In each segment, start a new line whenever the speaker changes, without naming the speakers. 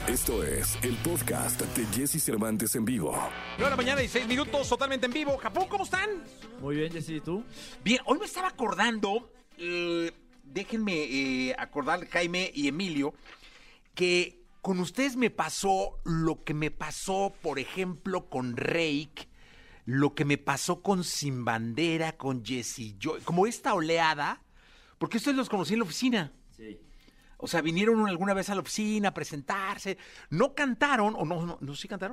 Esto es el podcast de Jesse Cervantes en vivo.
9 de la mañana y 6 minutos, totalmente en vivo. Japón, ¿cómo están?
Muy bien, Jessy, ¿y tú?
Bien, hoy me estaba acordando, déjenme acordar, Jaime y Emilio, que con ustedes me pasó lo que me pasó, por ejemplo, con Reik, lo que me pasó con Sin Bandera, con Jesse Joy, como esta oleada, porque ustedes los conocí en la oficina.
Sí.
O sea, vinieron alguna vez a la oficina a presentarse, no cantaron, o no, ¿sí cantaron?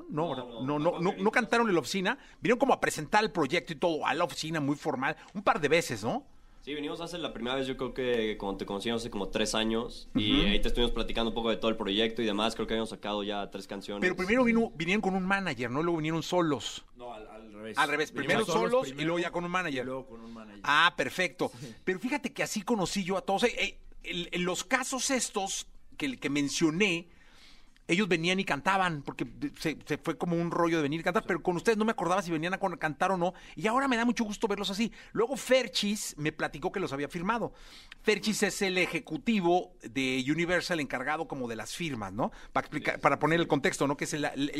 No cantaron en la oficina, vinieron como a presentar el proyecto y todo, a la oficina muy formal, un par de veces, ¿no?
Sí, venimos hace la primera vez, yo creo que cuando te conocimos hace como 3 años, y ahí te estuvimos platicando un poco de todo el proyecto y demás, creo que habíamos sacado ya 3 canciones.
Pero primero vinieron con un manager, ¿no? Luego vinieron solos.
No, al revés.
Al revés, primero solos y luego ya con un
Y
manager.
luego con un manager.
Ah, perfecto. Sí. Pero fíjate que así conocí yo a todos. En los casos estos que mencioné, ellos venían y cantaban, porque se fue como un rollo de venir y cantar, pero con ustedes no me acordaba si venían a cantar o no, y ahora me da mucho gusto verlos así. Luego Ferchis me platicó que los había firmado. Ferchis es el ejecutivo de Universal encargado como de las firmas, ¿no? Para poner el contexto, ¿no? Que es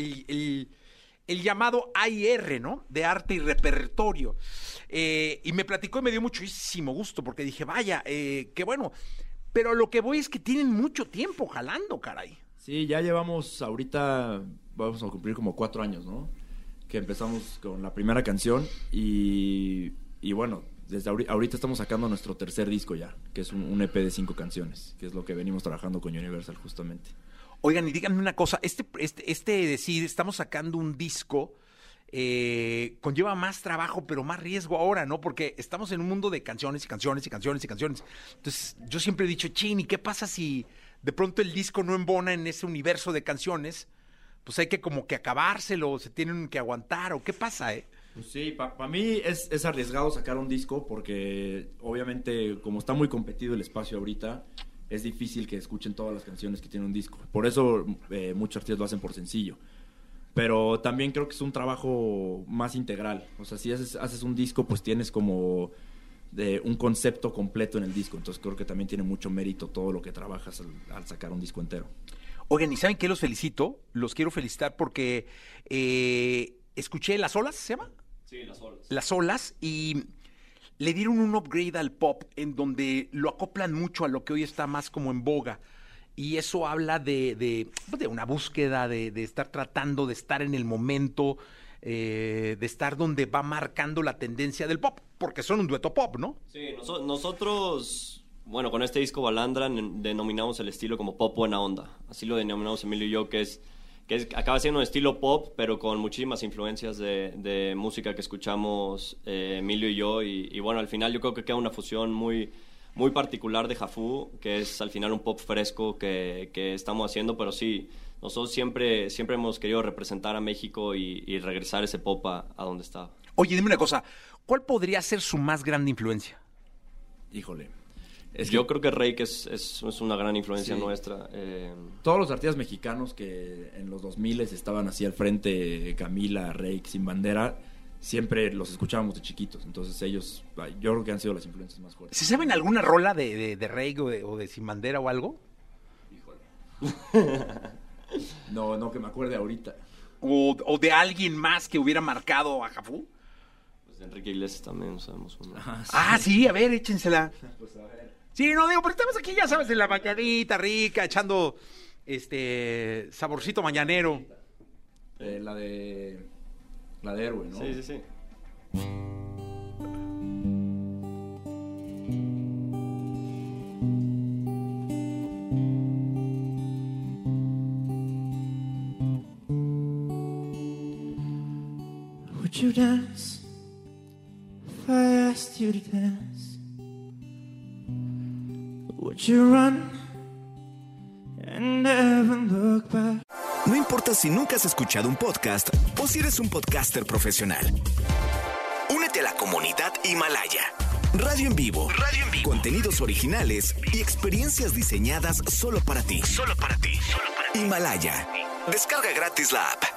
el llamado AIR, ¿no? De arte y repertorio. Y me platicó y me dio muchísimo gusto, porque dije, vaya, qué bueno. Pero lo que voy es que tienen mucho tiempo jalando, caray.
Sí, ya llevamos ahorita, vamos a cumplir como 4 años, ¿no? Que empezamos con la primera canción y bueno, desde ahorita estamos sacando nuestro tercer disco ya, que es un EP de 5 canciones, que es lo que venimos trabajando con Universal justamente.
Oigan, y díganme una cosa, decir, estamos sacando un disco, conlleva más trabajo, pero más riesgo ahora, ¿no? Porque estamos en un mundo de canciones y canciones y canciones y canciones. Entonces, yo siempre he dicho, ¿y qué pasa si de pronto el disco no embona en ese universo de canciones? Pues hay que como que acabárselo, se tienen que aguantar, ¿o qué pasa,
Pues sí, para mí es arriesgado sacar un disco porque obviamente como está muy competido el espacio ahorita, es difícil que escuchen todas las canciones que tiene un disco. Por eso muchos artistas lo hacen por sencillo. Pero también creo que es un trabajo más integral. O sea, si haces un disco, pues tienes como un concepto completo en el disco. Entonces creo que también tiene mucho mérito todo lo que trabajas al sacar un disco entero.
Oigan, ¿y saben qué? Los felicito. Los quiero felicitar porque escuché Las Olas, ¿se llama?
Sí, Las Olas.
Las Olas, y le dieron un upgrade al pop en donde lo acoplan mucho a lo que hoy está más como en boga. Y eso habla de una búsqueda, de estar tratando de estar en el momento, de estar donde va marcando la tendencia del pop, porque son un dueto pop, ¿no?
Sí, nosotros, bueno, con este disco Balandra denominamos el estilo como pop buena onda. Así lo denominamos Emilio y yo, que acaba siendo un estilo pop, pero con muchísimas influencias de música que escuchamos Emilio y yo. Y bueno, al final yo creo que queda una fusión muy particular de Jafú, que es al final un pop fresco que estamos haciendo, pero sí, nosotros siempre hemos querido representar a México y regresar ese pop a donde está.
Oye, dime una cosa, ¿cuál podría ser su más grande influencia?
Híjole.
Yo creo que Reik es una gran influencia nuestra.
Todos los artistas mexicanos que en los 2000 estaban así al frente, Camila, Reik, Sin Bandera, siempre los escuchábamos de chiquitos, entonces ellos, yo creo que han sido las influencias más fuertes.
¿Se saben alguna rola de Reik o de Sin Bandera o algo?
Híjole. No que me acuerde ahorita.
¿O de alguien más que hubiera marcado a Jafú?
Pues de Enrique Iglesias también sabemos uno.
Sí, a ver, échensela.
Pues a ver.
Sí, no digo, pero estamos aquí, ya sabes, en la mañanita rica, echando saborcito mañanero.
La de Héroe, ¿no?
Sí.
Would you dance if I asked you to dance? Would you run and never look back?
No importa si nunca has escuchado un podcast o si eres un podcaster profesional. Únete a la comunidad Himalaya. Radio en vivo. Contenidos originales y experiencias diseñadas solo para ti. Himalaya. Descarga gratis la app.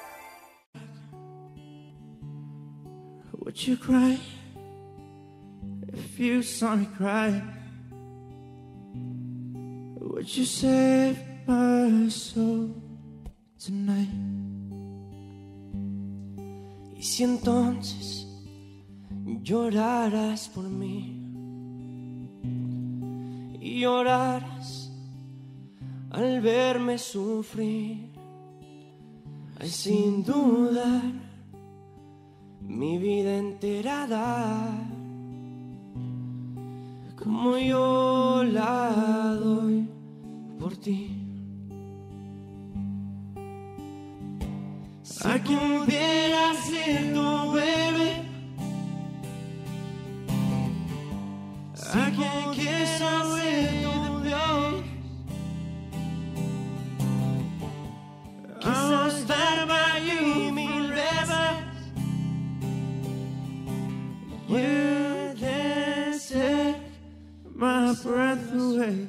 Would you cry if you saw me cry? Would you save my soul? si entonces lloraras por mí y lloraras al verme sufrir? Ay, sin dudar mi vida entera dar, como yo la doy por ti. Si pudieras ser tu bebé, si pudieras ser tu Dios, quizás estar by you mil veces. Puedes ser my breath away.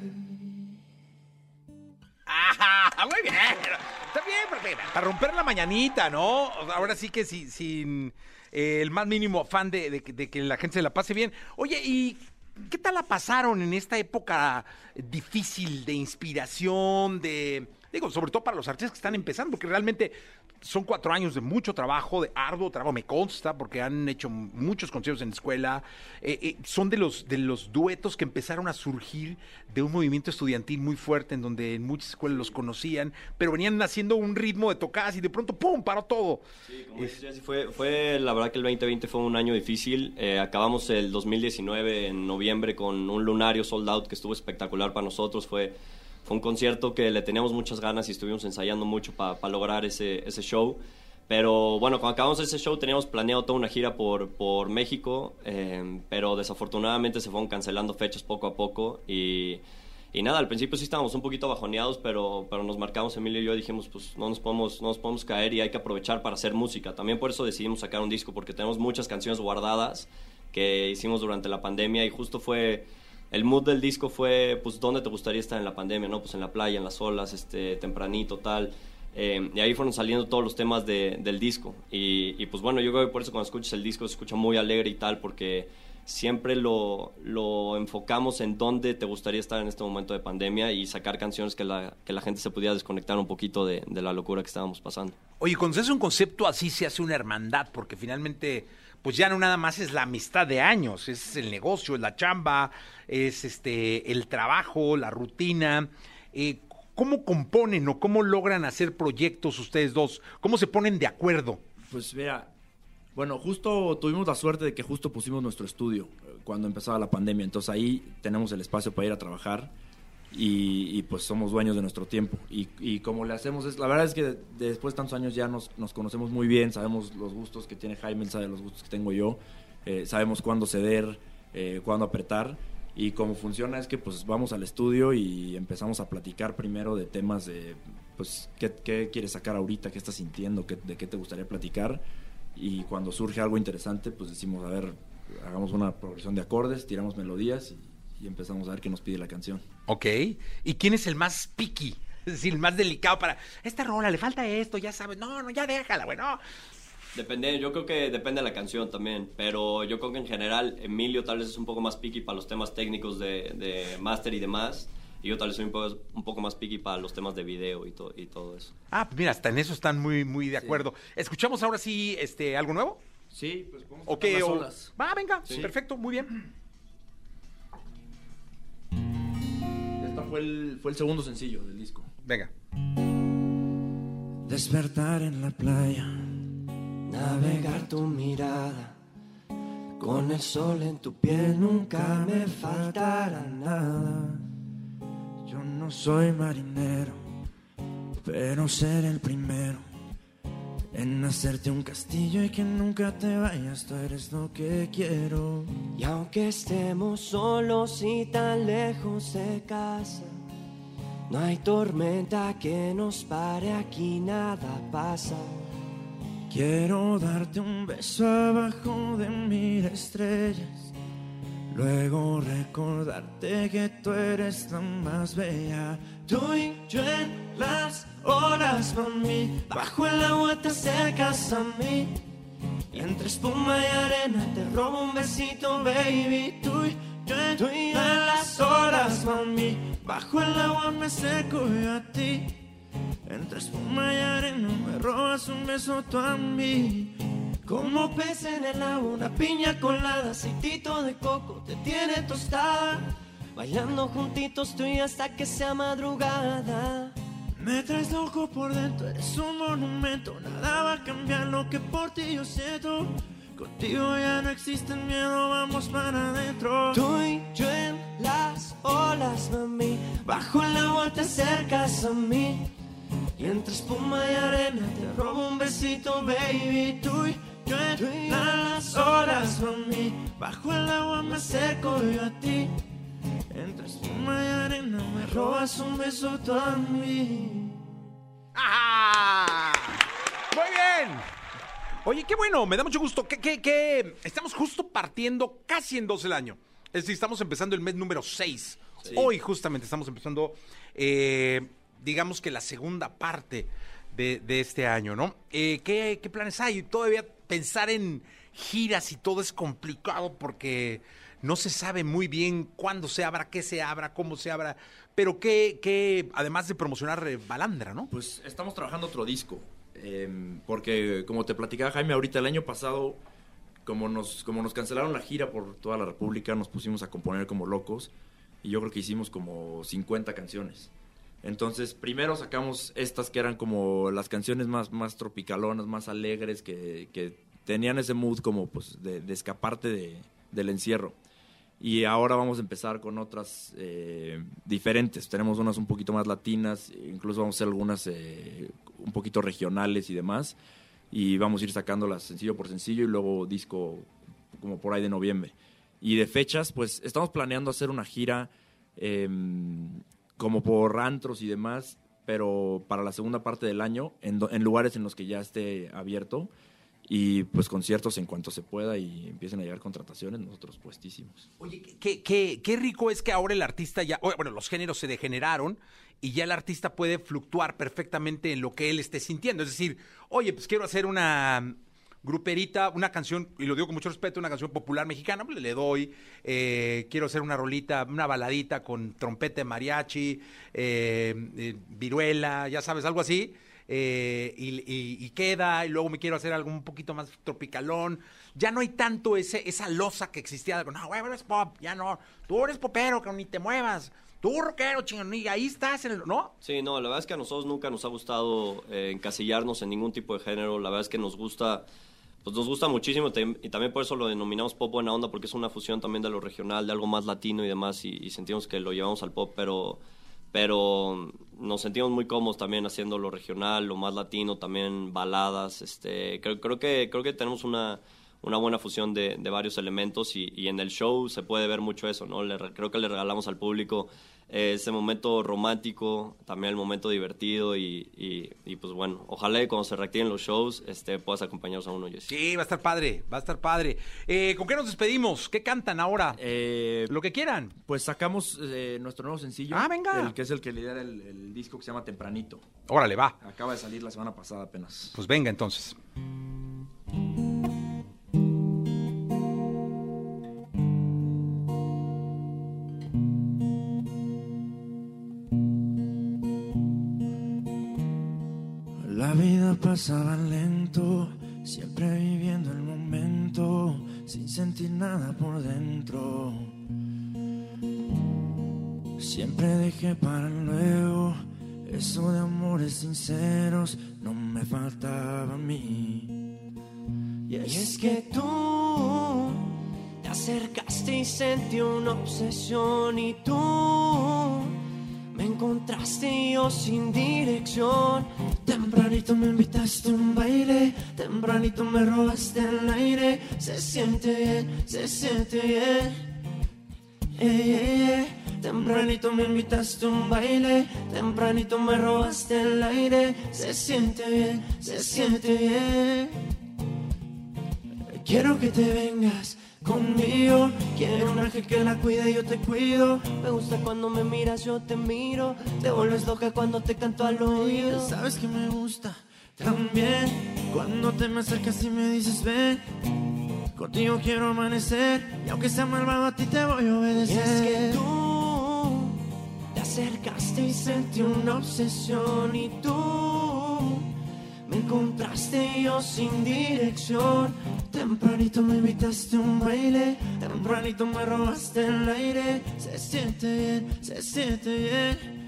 ¡Ah! Muy bien. Está bien, porque para romper la mañanita, ¿no? Ahora sí que sin el más mínimo afán de que la gente se la pase bien. Oye, ¿y qué tal la pasaron en esta época difícil de inspiración, digo, sobre todo para los artistas que están empezando, porque realmente son 4 años de mucho trabajo, de arduo trabajo, me consta, porque han hecho muchos conciertos en la escuela. Son de los duetos que empezaron a surgir de un movimiento estudiantil muy fuerte, en donde en muchas escuelas los conocían, pero venían haciendo un ritmo de tocadas y de pronto ¡pum!, paró todo.
Sí, como dices, Jesse, fue la verdad que el 2020 fue un año difícil. Acabamos el 2019 en noviembre con un Lunario sold out que estuvo espectacular para nosotros. Fue un concierto que le teníamos muchas ganas y estuvimos ensayando mucho para lograr ese show. Pero bueno, cuando acabamos ese show teníamos planeado toda una gira por México, pero desafortunadamente se fueron cancelando fechas poco a poco. Y nada, al principio sí estábamos un poquito bajoneados, pero nos marcamos, Emilio y yo, dijimos, pues no nos podemos caer y hay que aprovechar para hacer música. También por eso decidimos sacar un disco, porque tenemos muchas canciones guardadas que hicimos durante la pandemia y justo fue... El mood del disco fue, pues, ¿dónde te gustaría estar en la pandemia? ¿No? Pues en la playa, en las olas, tempranito, tal. Y ahí fueron saliendo todos los temas del disco. Y pues bueno, yo creo que por eso cuando escuchas el disco se escucha muy alegre y tal, porque siempre lo enfocamos en dónde te gustaría estar en este momento de pandemia y sacar canciones que la gente se pudiera desconectar un poquito de la locura que estábamos pasando.
Oye, cuando se hace un concepto así, se hace una hermandad, porque finalmente, pues ya no nada más es la amistad de años, es el negocio, es la chamba, es el trabajo, la rutina. ¿Cómo componen o cómo logran hacer proyectos ustedes dos? ¿Cómo se ponen de acuerdo?
Pues mira, bueno, justo tuvimos la suerte de que justo pusimos nuestro estudio cuando empezaba la pandemia, entonces ahí tenemos el espacio para ir a trabajar y pues somos dueños de nuestro tiempo y como le hacemos la verdad es que después de tantos años ya nos conocemos muy bien, sabemos los gustos que tiene Jaime, él sabe los gustos que tengo yo, sabemos cuándo ceder, cuándo apretar. Y cómo funciona es que pues vamos al estudio y empezamos a platicar primero de temas de pues qué quieres sacar ahorita, qué estás sintiendo, de qué te gustaría platicar, y cuando surge algo interesante pues decimos, a ver, hagamos una progresión de acordes, tiramos melodías y empezamos a ver qué nos pide la canción.
Ok, ¿y quién es el más picky? Es decir, el más delicado para, esta rola le falta esto, ya sabes, no, ya déjala, güey, no.
Depende, yo creo que depende de la canción también, pero yo creo que en general Emilio tal vez es un poco más picky para los temas técnicos de máster y demás, y yo tal vez soy un poco más picky para los temas de video y todo eso.
Ah, pues mira, hasta en eso están muy, muy de acuerdo. Sí. ¿Escuchamos ahora sí algo nuevo?
Sí, pues podemos
okay,
las olas.
Va, venga,
sí.
Perfecto, muy bien.
Esta fue el segundo sencillo del disco.
Venga.
Despertar en la playa, navegar tu mirada, con el sol en tu piel nunca me faltará nada. Yo no soy marinero, pero seré el primero en hacerte un castillo y que nunca te vayas, tú eres lo que quiero. Y aunque estemos solos y tan lejos de casa, no hay tormenta que nos pare, aquí nada pasa. Quiero darte un beso abajo de 1000 estrellas, luego recordarte que tú eres la más bella. Tú y yo en las olas, mami, bajo el agua te acercas a mí, y entre espuma y arena te robo un besito, baby. Tú y yo en las olas, mami, bajo el agua me acerco yo a ti, entre espuma y arena me robas un beso tú a mí. Como pez en el agua, una piña colada, aceitito de coco te tiene tostada. Bailando juntitos tú y yo hasta que sea madrugada. Me traes loco por dentro, eres un monumento. Nada va a cambiar lo que por ti yo siento. Contigo ya no existe el miedo, vamos para adentro. Tú y yo en las olas, mami. Bajo el agua te acercas a mí. Y entre espuma y arena te robo un besito, baby. Tú y yo en las olas, mami. Bajo el agua me acerco yo a ti. Entre espuma y arena me robas un beso tú a mí.
¡Ajá! ¡Muy bien! Oye, qué bueno, me da mucho gusto. Que estamos justo partiendo casi en 2 del año. Es decir, estamos empezando el mes número 6. Sí. Hoy justamente estamos empezando, digamos que la segunda parte de este año, ¿no? ¿Qué planes hay? Todavía pensar en giras y todo es complicado porque no se sabe muy bien cuándo se abra, qué se abra, cómo se abra. Pero que además de promocionar Balandra, ¿no?
Pues estamos trabajando otro disco. Porque como te platicaba Jaime ahorita, el año pasado, como nos cancelaron la gira por toda la República, nos pusimos a componer como locos. Y yo creo que hicimos como 50 canciones. Entonces, primero sacamos estas que eran como las canciones más tropicalonas, más alegres, que tenían ese mood como pues de escaparte del encierro. Y ahora vamos a empezar con otras diferentes. Tenemos unas un poquito más latinas, incluso vamos a hacer algunas un poquito regionales y demás. Y vamos a ir sacándolas sencillo por sencillo y luego disco como por ahí de noviembre. Y de fechas, pues estamos planeando hacer una gira como por antros y demás, pero para la segunda parte del año, en lugares en los que ya esté abierto. Y pues conciertos en cuanto se pueda y empiecen a llegar contrataciones, nosotros puestísimos.
Oye, qué rico es que ahora el artista ya, bueno, los géneros se degeneraron y ya el artista puede fluctuar perfectamente en lo que él esté sintiendo. Es decir, oye, pues quiero hacer una gruperita, una canción, y lo digo con mucho respeto, una canción popular mexicana, pues le doy. Quiero hacer una rolita, una baladita con trompeta de mariachi, viruela, ya sabes, algo así. Y queda, y luego me quiero hacer algo un poquito más tropicalón. Ya no hay tanto esa losa que existía. No, güey, eres pop, ya no. Tú eres popero, que ni te muevas. Tú rockero, chingón, y ahí estás, ¿no?
Sí, no, la verdad es que a nosotros nunca nos ha gustado encasillarnos en ningún tipo de género. La verdad es que nos gusta muchísimo y también por eso lo denominamos pop buena onda, porque es una fusión también de lo regional, de algo más latino y demás, y sentimos que lo llevamos al pop, pero nos sentimos muy cómodos también haciendo lo regional, lo más latino, también baladas. Creo que tenemos una buena fusión de varios elementos y en el show se puede ver mucho eso, ¿no? Creo que le regalamos al público ese momento romántico, también el momento divertido y pues bueno, ojalá que cuando se reactiven los shows puedas acompañarnos a uno, Jesse.
Sí, va a estar padre. ¿Con qué nos despedimos? ¿Qué cantan ahora? Lo que quieran.
Pues sacamos nuestro nuevo sencillo.
Ah, venga.
Que es el que lidera el disco que se llama Tempranito.
Órale, va.
Acaba de salir la semana pasada apenas.
Pues venga entonces.
La vida pasaba lento, siempre viviendo el momento, sin sentir nada por dentro. Siempre dejé para luego, eso de amores sinceros no me faltaba a mí. Y es que tú te acercaste y sentí una obsesión y tú me encontraste y yo sin dirección. Tempranito me invitaste a un baile, tempranito me robaste el aire. Se siente bien, se siente bien. Tempranito me invitaste a un baile, tempranito me robaste el aire. Se siente bien, se siente bien. Quiero que te vengas conmigo, quiero un ángel que la cuide y yo te cuido. Me gusta cuando me miras, yo te miro. Te vuelves loca cuando te canto al oído. Sabes que me gusta también cuando te me acercas y me dices ven. Contigo quiero amanecer y aunque sea malvado a ti te voy a obedecer. Y es que tú te acercaste y sentí una obsesión y tú Me encontraste y yo sin dirección. Tempranito me invitaste a un baile, tempranito me robaste el aire. Se siente bien, se siente bien.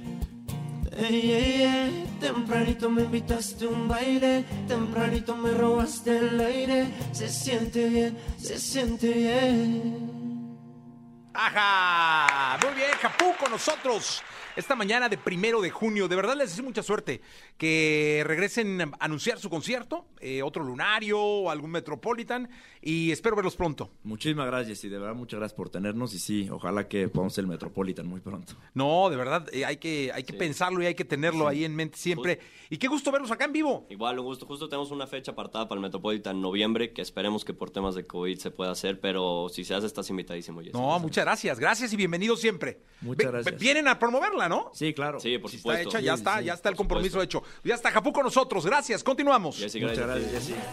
Tempranito me invitaste a un baile, tempranito me robaste el aire. Se siente bien, se siente bien.
¡Ajá! Muy bien, Japú con nosotros esta mañana de 1 de junio. De verdad les deseo mucha suerte. Que regresen a anunciar su concierto, otro Lunario o algún Metropolitan, y espero verlos pronto.
Muchísimas gracias, y de verdad muchas gracias por tenernos, y sí, ojalá que podamos ser el Metropolitan muy pronto.
No, de verdad, hay que pensarlo y hay que tenerlo ahí en mente siempre. Y qué gusto verlos acá en vivo.
Igual, un gusto. Justo tenemos una fecha apartada para el Metropolitan en noviembre, que esperemos que por temas de COVID se pueda hacer, pero si se hace, estás invitadísimo, Jesse.
No, muchas gracias. Gracias y bienvenidos siempre.
Muchas gracias.
Vienen a promoverla, ¿no?
Sí, claro.
Sí, por
Si
supuesto.
está hecha, ya está el compromiso
supuesto.
hecho. Ya está Japú con nosotros. Gracias. Continuamos.
Jesse,
Muchas
gracias.
gracias, Jessy.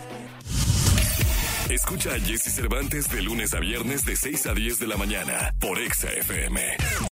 Escucha a Jesse Cervantes de lunes a viernes de 6 a 10 de la mañana por Exa FM.